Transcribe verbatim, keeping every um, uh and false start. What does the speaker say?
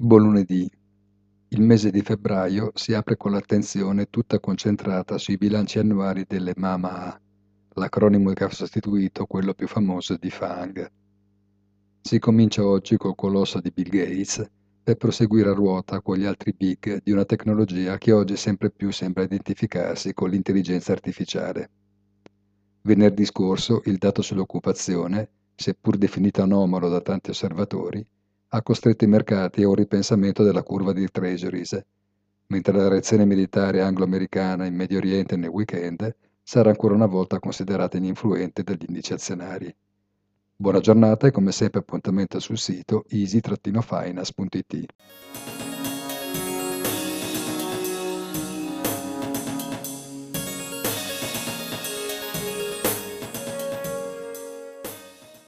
Buon lunedì. Il mese di febbraio si apre con l'attenzione tutta concentrata sui bilanci annuali delle M A M A, l'acronimo che ha sostituito quello più famoso di FAANG. Si comincia oggi col colosso di Bill Gates per proseguire a ruota con gli altri big di una tecnologia che oggi sempre più sembra identificarsi con l'intelligenza artificiale. Venerdì scorso il dato sull'occupazione, seppur definito anomalo da tanti osservatori, ha costretto i mercati a un ripensamento della curva di treasuries, mentre la reazione militare anglo-americana in Medio Oriente nel weekend sarà ancora una volta considerata ininfluente dagli indici azionari. Buona giornata e come sempre appuntamento sul sito easy-finance punto it.